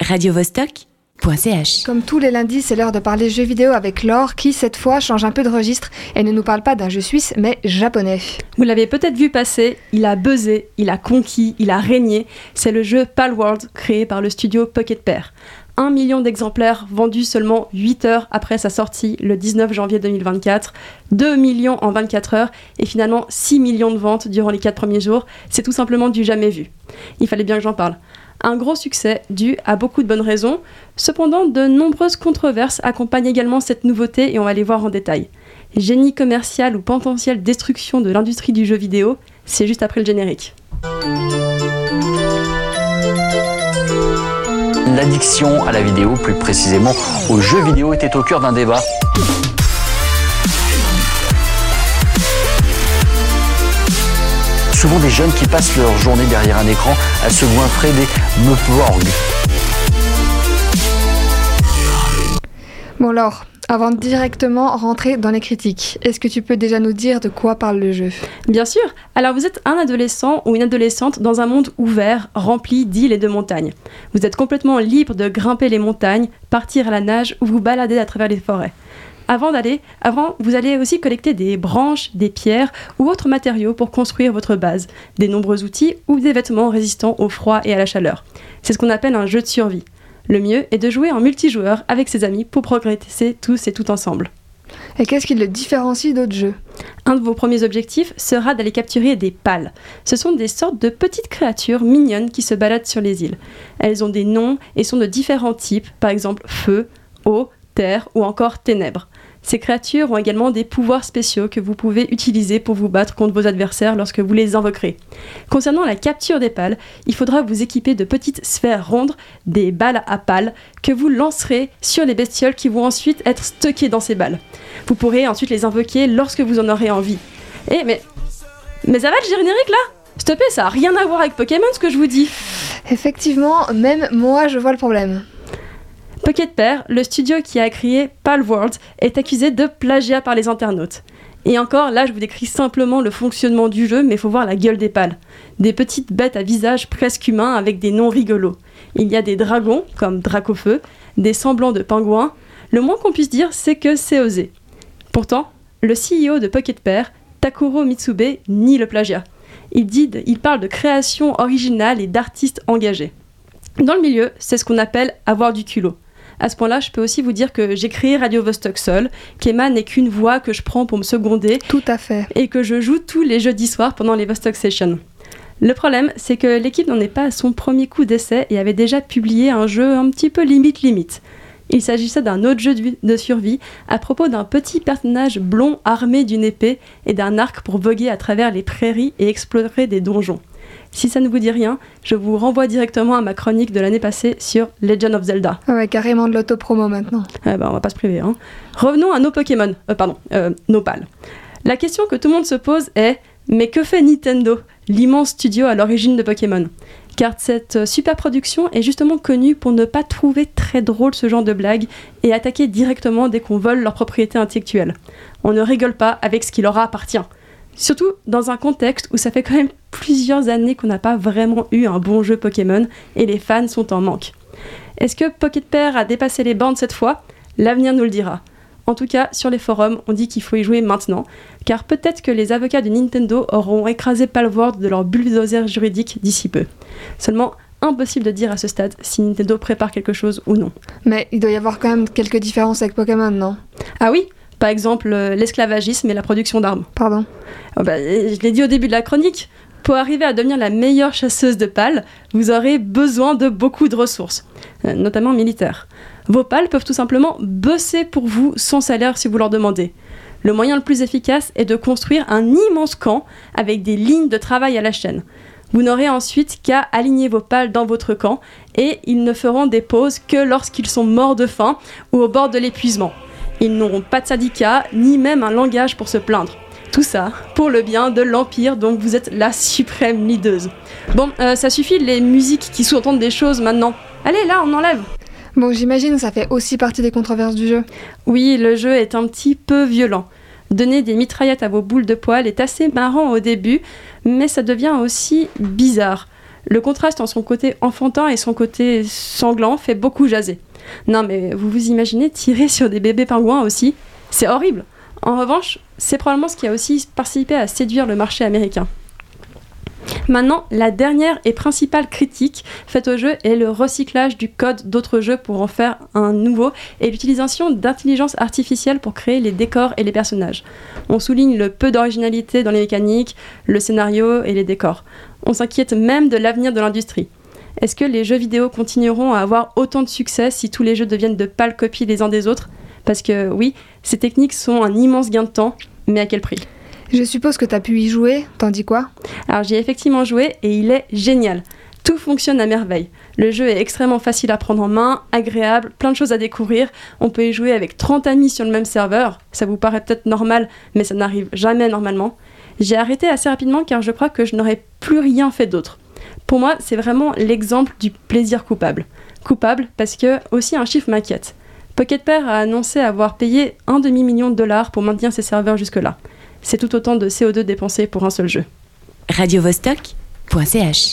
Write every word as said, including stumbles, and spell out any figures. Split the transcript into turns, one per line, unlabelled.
radio vostok point c h.
Comme tous les lundis, c'est l'heure de parler jeux vidéo avec Laure, qui cette fois change un peu de registre et ne nous parle pas d'un jeu suisse, mais japonais.
Vous l'avez peut-être vu passer, il a buzzé, il a conquis, il a régné. C'est le jeu Palworld, créé par le studio Pocket Pair. Un million d'exemplaires vendus seulement huit heures après sa sortie, le dix-neuf janvier deux mille vingt-quatre. deux millions en vingt-quatre heures et finalement six millions de ventes durant les quatre premiers jours. C'est tout simplement du jamais vu. Il fallait bien que j'en parle. Un gros succès dû à beaucoup de bonnes raisons. Cependant, de nombreuses controverses accompagnent également cette nouveauté et on va les voir en détail. Génie commercial ou potentielle destruction de l'industrie du jeu vidéo, c'est juste après le générique.
L'addiction à la vidéo, plus précisément aux jeux vidéo, était au cœur d'un débat. Souvent des jeunes qui passent leur journée derrière un écran à se goinfrer des meufworgs.
Bon Laure, avant de directement rentrer dans les critiques, est-ce que tu peux déjà nous dire de quoi parle le jeu ?
Bien sûr. Alors vous êtes un adolescent ou une adolescente dans un monde ouvert, rempli d'îles et de montagnes. Vous êtes complètement libre de grimper les montagnes, partir à la nage ou vous balader à travers les forêts. Avant d'aller, avant, vous allez aussi collecter des branches, des pierres ou autres matériaux pour construire votre base, des nombreux outils ou des vêtements résistants au froid et à la chaleur. C'est ce qu'on appelle un jeu de survie. Le mieux est de jouer en multijoueur avec ses amis pour progresser tous et tout ensemble.
Et qu'est-ce qui le différencie d'autres jeux ?
Un de vos premiers objectifs sera d'aller capturer des pales. Ce sont des sortes de petites créatures mignonnes qui se baladent sur les îles. Elles ont des noms et sont de différents types, par exemple feu, eau, terre ou encore ténèbres. Ces créatures ont également des pouvoirs spéciaux que vous pouvez utiliser pour vous battre contre vos adversaires lorsque vous les invoquerez. Concernant la capture des pales, il faudra vous équiper de petites sphères rondes, des balles à pales, que vous lancerez sur les bestioles qui vont ensuite être stockées dans ces balles. Vous pourrez ensuite les invoquer lorsque vous en aurez envie. Eh mais... Mais ça va le générique là ? S'il te plaît, ça n'a rien à voir avec Pokémon ce que je vous dis.
Effectivement, même moi je vois le problème.
Pocket Pair, le studio qui a créé Palworld, est accusé de plagiat par les internautes. Et encore, là je vous décris simplement le fonctionnement du jeu, mais il faut voir la gueule des pales. Des petites bêtes à visage presque humain avec des noms rigolos. Il y a des dragons, comme Dracofeu, des semblants de pingouins. Le moins qu'on puisse dire, c'est que c'est osé. Pourtant, le C E O de Pocket Pair, Takuro Mitsube, nie le plagiat. Il, dit, il parle de création originale et d'artistes engagés. Dans le milieu, c'est ce qu'on appelle avoir du culot. À ce point-là, je peux aussi vous dire que j'ai créé Radio Vostok seul, qu'Emma n'est qu'une voix que je prends pour me seconder.
Tout à fait.
Et que je joue tous les jeudis soirs pendant les Vostok Sessions. Le problème, c'est que l'équipe n'en est pas à son premier coup d'essai et avait déjà publié un jeu un petit peu limite-limite. Il s'agissait d'un autre jeu de survie à propos d'un petit personnage blond armé d'une épée et d'un arc pour voguer à travers les prairies et explorer des donjons. Si ça ne vous dit rien, je vous renvoie directement à ma chronique de l'année passée sur Legend of Zelda.
Ah ouais, carrément de l'autopromo maintenant.
Eh ben, on va pas se priver, hein. Revenons à nos Pokémon, euh, pardon, euh, nos pales. La question que tout le monde se pose est « Mais que fait Nintendo, l'immense studio à l'origine de Pokémon ?» Car cette super production est justement connue pour ne pas trouver très drôle ce genre de blagues et attaquer directement dès qu'on vole leur propriété intellectuelle. On ne rigole pas avec ce qui leur appartient. Surtout dans un contexte où ça fait quand même plusieurs années qu'on n'a pas vraiment eu un bon jeu Pokémon et les fans sont en manque. Est-ce que Pocket Pair a dépassé les bornes cette fois ? L'avenir nous le dira. En tout cas, sur les forums, on dit qu'il faut y jouer maintenant, car peut-être que les avocats de Nintendo auront écrasé Palworld de leur bulldozer juridique d'ici peu. Seulement, impossible de dire à ce stade si Nintendo prépare quelque chose ou non.
Mais il doit y avoir quand même quelques différences avec Pokémon, non ?
Ah oui ? Par exemple, euh, l'esclavagisme et la production d'armes.
Pardon.
Oh bah, je l'ai dit au début de la chronique. Pour arriver à devenir la meilleure chasseuse de pales, vous aurez besoin de beaucoup de ressources, euh, notamment militaires. Vos pales peuvent tout simplement bosser pour vous sans salaire si vous leur demandez. Le moyen le plus efficace est de construire un immense camp avec des lignes de travail à la chaîne. Vous n'aurez ensuite qu'à aligner vos pales dans votre camp et ils ne feront des pauses que lorsqu'ils sont morts de faim ou au bord de l'épuisement. Ils n'auront pas de syndicat, ni même un langage pour se plaindre. Tout ça pour le bien de l'Empire dont vous êtes la suprême leaduse. Bon, euh, ça suffit les musiques qui sous-entendent des choses maintenant. Allez, là, on enlève.
Bon, j'imagine que ça fait aussi partie des controverses du jeu.
Oui, le jeu est un petit peu violent. Donner des mitraillettes à vos boules de poils est assez marrant au début, mais ça devient aussi bizarre. Le contraste entre son côté enfantin et son côté sanglant fait beaucoup jaser. Non mais vous vous imaginez tirer sur des bébés pingouins aussi ? C'est horrible. En revanche, c'est probablement ce qui a aussi participé à séduire le marché américain. Maintenant, la dernière et principale critique faite au jeu est le recyclage du code d'autres jeux pour en faire un nouveau et l'utilisation d'intelligence artificielle pour créer les décors et les personnages. On souligne le peu d'originalité dans les mécaniques, le scénario et les décors. On s'inquiète même de l'avenir de l'industrie. Est-ce que les jeux vidéo continueront à avoir autant de succès si tous les jeux deviennent de pâles copies les uns des autres ? Parce que oui, ces techniques sont un immense gain de temps, mais à quel prix ?
Je suppose que tu as pu y jouer, t'en dis quoi ?
Alors j'y ai effectivement joué et il est génial. Tout fonctionne à merveille. Le jeu est extrêmement facile à prendre en main, agréable, plein de choses à découvrir. On peut y jouer avec trente amis sur le même serveur. Ça vous paraît peut-être normal, mais ça n'arrive jamais normalement. J'ai arrêté assez rapidement car je crois que je n'aurais plus rien fait d'autre. Pour moi, c'est vraiment l'exemple du plaisir coupable. Coupable parce que aussi un chiffre m'inquiète. Pocket Pair a annoncé avoir payé un demi-million de dollars pour maintenir ses serveurs jusque-là. C'est tout autant de C O deux dépensé pour un seul jeu.
radio vostok point c h